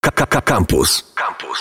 Campus.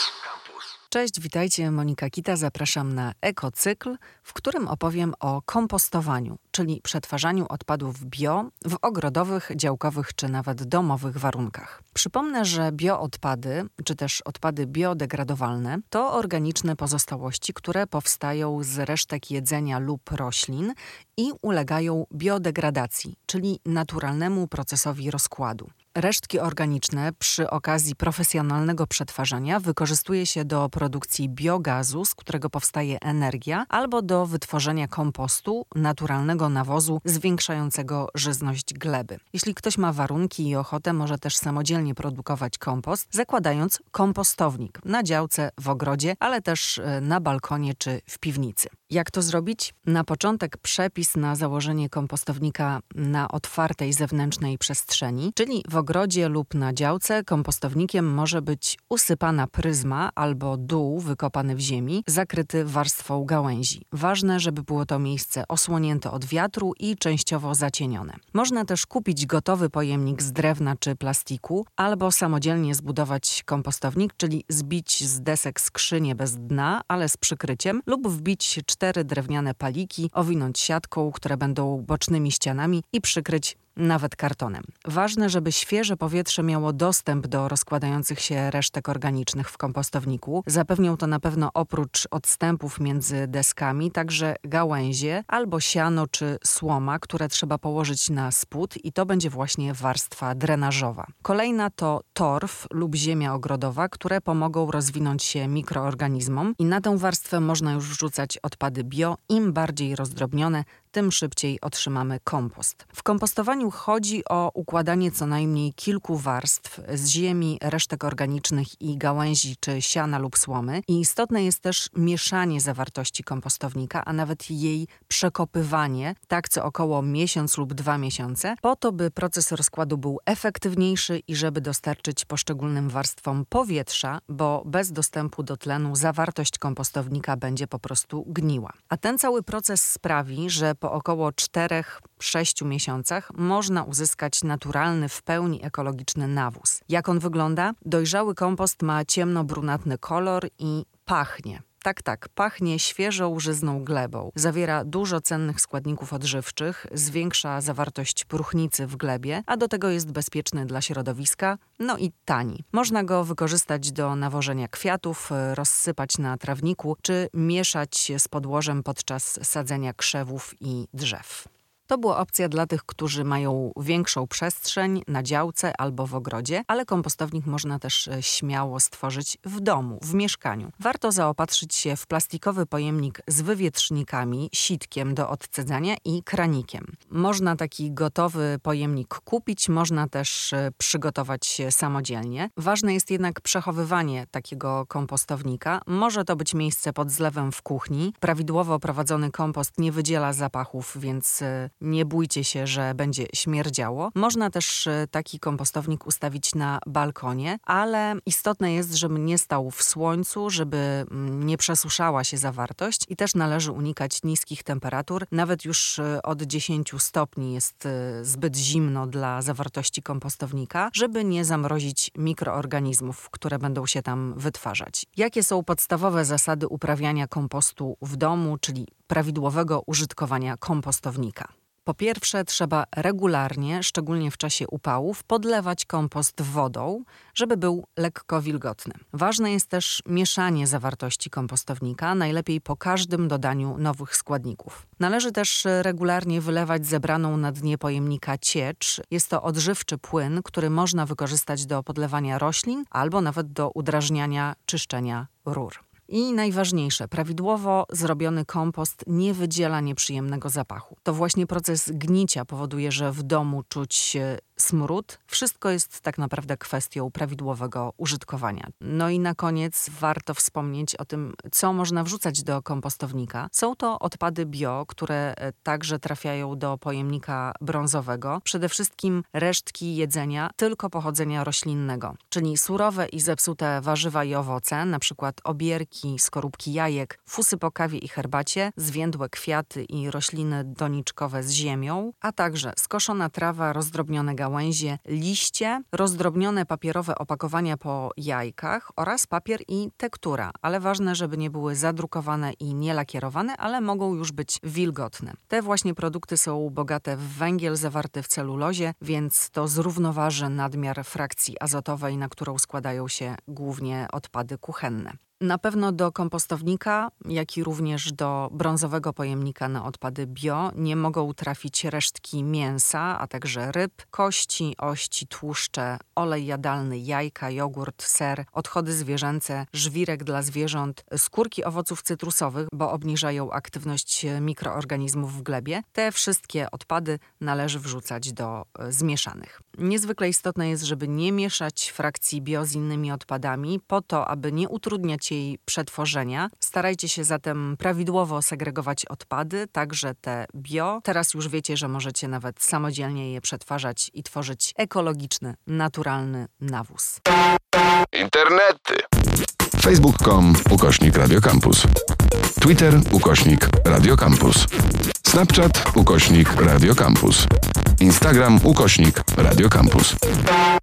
Cześć, witajcie, Monika Kita. Zapraszam na ekocykl, w którym opowiem o kompostowaniu, czyli przetwarzaniu odpadów bio w ogrodowych, działkowych czy nawet domowych warunkach. Przypomnę, że bioodpady, czy też odpady biodegradowalne, to organiczne pozostałości, które powstają z resztek jedzenia lub roślin i ulegają biodegradacji, czyli naturalnemu procesowi rozkładu. Resztki organiczne przy okazji profesjonalnego przetwarzania wykorzystuje się do produkcji biogazu, z którego powstaje energia, albo do wytworzenia kompostu, naturalnego nawozu zwiększającego żyzność gleby. Jeśli ktoś ma warunki i ochotę, może też samodzielnie produkować kompost, zakładając kompostownik na działce, w ogrodzie, ale też na balkonie czy w piwnicy. Jak to zrobić? Na początek przepis na założenie kompostownika na otwartej zewnętrznej przestrzeni, czyli w ogrodzie lub na działce kompostownikiem może być usypana pryzma albo dół wykopany w ziemi, zakryty warstwą gałęzi. Ważne, żeby było to miejsce osłonięte od wiatru i częściowo zacienione. Można też kupić gotowy pojemnik z drewna czy plastiku, albo samodzielnie zbudować kompostownik, czyli zbić z desek skrzynię bez dna, ale z przykryciem, lub wbić 4 drewniane paliki, owinąć siatką, które będą bocznymi ścianami i przykryć nawet kartonem. Ważne, żeby świeże powietrze miało dostęp do rozkładających się resztek organicznych w kompostowniku. Zapewnią to na pewno oprócz odstępów między deskami także gałęzie albo siano czy słoma, które trzeba położyć na spód i to będzie właśnie warstwa drenażowa. Kolejna to torf lub ziemia ogrodowa, które pomogą rozwinąć się mikroorganizmom i na tę warstwę można już wrzucać odpady bio. Im bardziej rozdrobnione, tym szybciej otrzymamy kompost. W kompostowaniu chodzi o układanie co najmniej kilku warstw z ziemi, resztek organicznych i gałęzi czy siana lub słomy. I istotne jest też mieszanie zawartości kompostownika, a nawet jej przekopywanie, tak co około miesiąc lub 2 miesiące, po to, by proces rozkładu był efektywniejszy i żeby dostarczyć poszczególnym warstwom powietrza, bo bez dostępu do tlenu zawartość kompostownika będzie po prostu gniła. A ten cały proces sprawi, że po około 4-6 miesiącach można uzyskać naturalny, w pełni ekologiczny nawóz. Jak on wygląda? Dojrzały kompost ma ciemno-brunatny kolor i pachnie. Tak, pachnie świeżą, żyzną glebą. Zawiera dużo cennych składników odżywczych, zwiększa zawartość próchnicy w glebie, a do tego jest bezpieczny dla środowiska, no i tani. Można go wykorzystać do nawożenia kwiatów, rozsypać na trawniku, czy mieszać z podłożem podczas sadzenia krzewów i drzew. To była opcja dla tych, którzy mają większą przestrzeń na działce albo w ogrodzie, ale kompostownik można też śmiało stworzyć w domu, w mieszkaniu. Warto zaopatrzyć się w plastikowy pojemnik z wywietrznikami, sitkiem do odcedzania i kranikiem. Można taki gotowy pojemnik kupić, można też przygotować samodzielnie. Ważne jest jednak przechowywanie takiego kompostownika. Może to być miejsce pod zlewem w kuchni. Prawidłowo prowadzony kompost nie wydziela zapachów, więc nie bójcie się, że będzie śmierdziało. Można też taki kompostownik ustawić na balkonie, ale istotne jest, żeby nie stał w słońcu, żeby nie przesuszała się zawartość i też należy unikać niskich temperatur. Nawet już od 10 stopni jest zbyt zimno dla zawartości kompostownika, żeby nie zamrozić mikroorganizmów, które będą się tam wytwarzać. Jakie są podstawowe zasady uprawiania kompostu w domu, czyli prawidłowego użytkowania kompostownika? Po pierwsze, trzeba regularnie, szczególnie w czasie upałów, podlewać kompost wodą, żeby był lekko wilgotny. Ważne jest też mieszanie zawartości kompostownika, najlepiej po każdym dodaniu nowych składników. Należy też regularnie wylewać zebraną na dnie pojemnika ciecz. Jest to odżywczy płyn, który można wykorzystać do podlewania roślin albo nawet do udrażniania, czyszczenia rur. I najważniejsze, prawidłowo zrobiony kompost nie wydziela nieprzyjemnego zapachu. To właśnie proces gnicia powoduje, że w domu czuć smród. Wszystko jest tak naprawdę kwestią prawidłowego użytkowania. No i na koniec warto wspomnieć o tym, co można wrzucać do kompostownika. Są to odpady bio, które także trafiają do pojemnika brązowego. Przede wszystkim resztki jedzenia tylko pochodzenia roślinnego, czyli surowe i zepsute warzywa i owoce, na przykład obierki, skorupki jajek, fusy po kawie i herbacie, zwiędłe kwiaty i rośliny doniczkowe z ziemią, a także skoszona trawa, rozdrobnione gałęzie, gałęzie, liście, rozdrobnione papierowe opakowania po jajkach oraz papier i tektura, ale ważne, żeby nie były zadrukowane i nie lakierowane, ale mogą już być wilgotne. Te właśnie produkty są bogate w węgiel zawarty w celulozie, więc to zrównoważy nadmiar frakcji azotowej, na którą składają się głównie odpady kuchenne. Na pewno do kompostownika, jak i również do brązowego pojemnika na odpady bio nie mogą trafić resztki mięsa, a także ryb, kości, ości, tłuszcze, olej jadalny, jajka, jogurt, ser, odchody zwierzęce, żwirek dla zwierząt, skórki owoców cytrusowych, bo obniżają aktywność mikroorganizmów w glebie. Te wszystkie odpady należy wrzucać do zmieszanych. Niezwykle istotne jest, żeby nie mieszać frakcji bio z innymi odpadami, po to, aby nie utrudniać jej przetworzenia. Starajcie się zatem prawidłowo segregować odpady, także te bio. Teraz już wiecie, że możecie nawet samodzielnie je przetwarzać i tworzyć ekologiczny, naturalny nawóz. Internety. Facebook.com/Radio Campus. Twitter /Radio Campus. Snapchat /Radio Campus. Instagram /Radio Campus.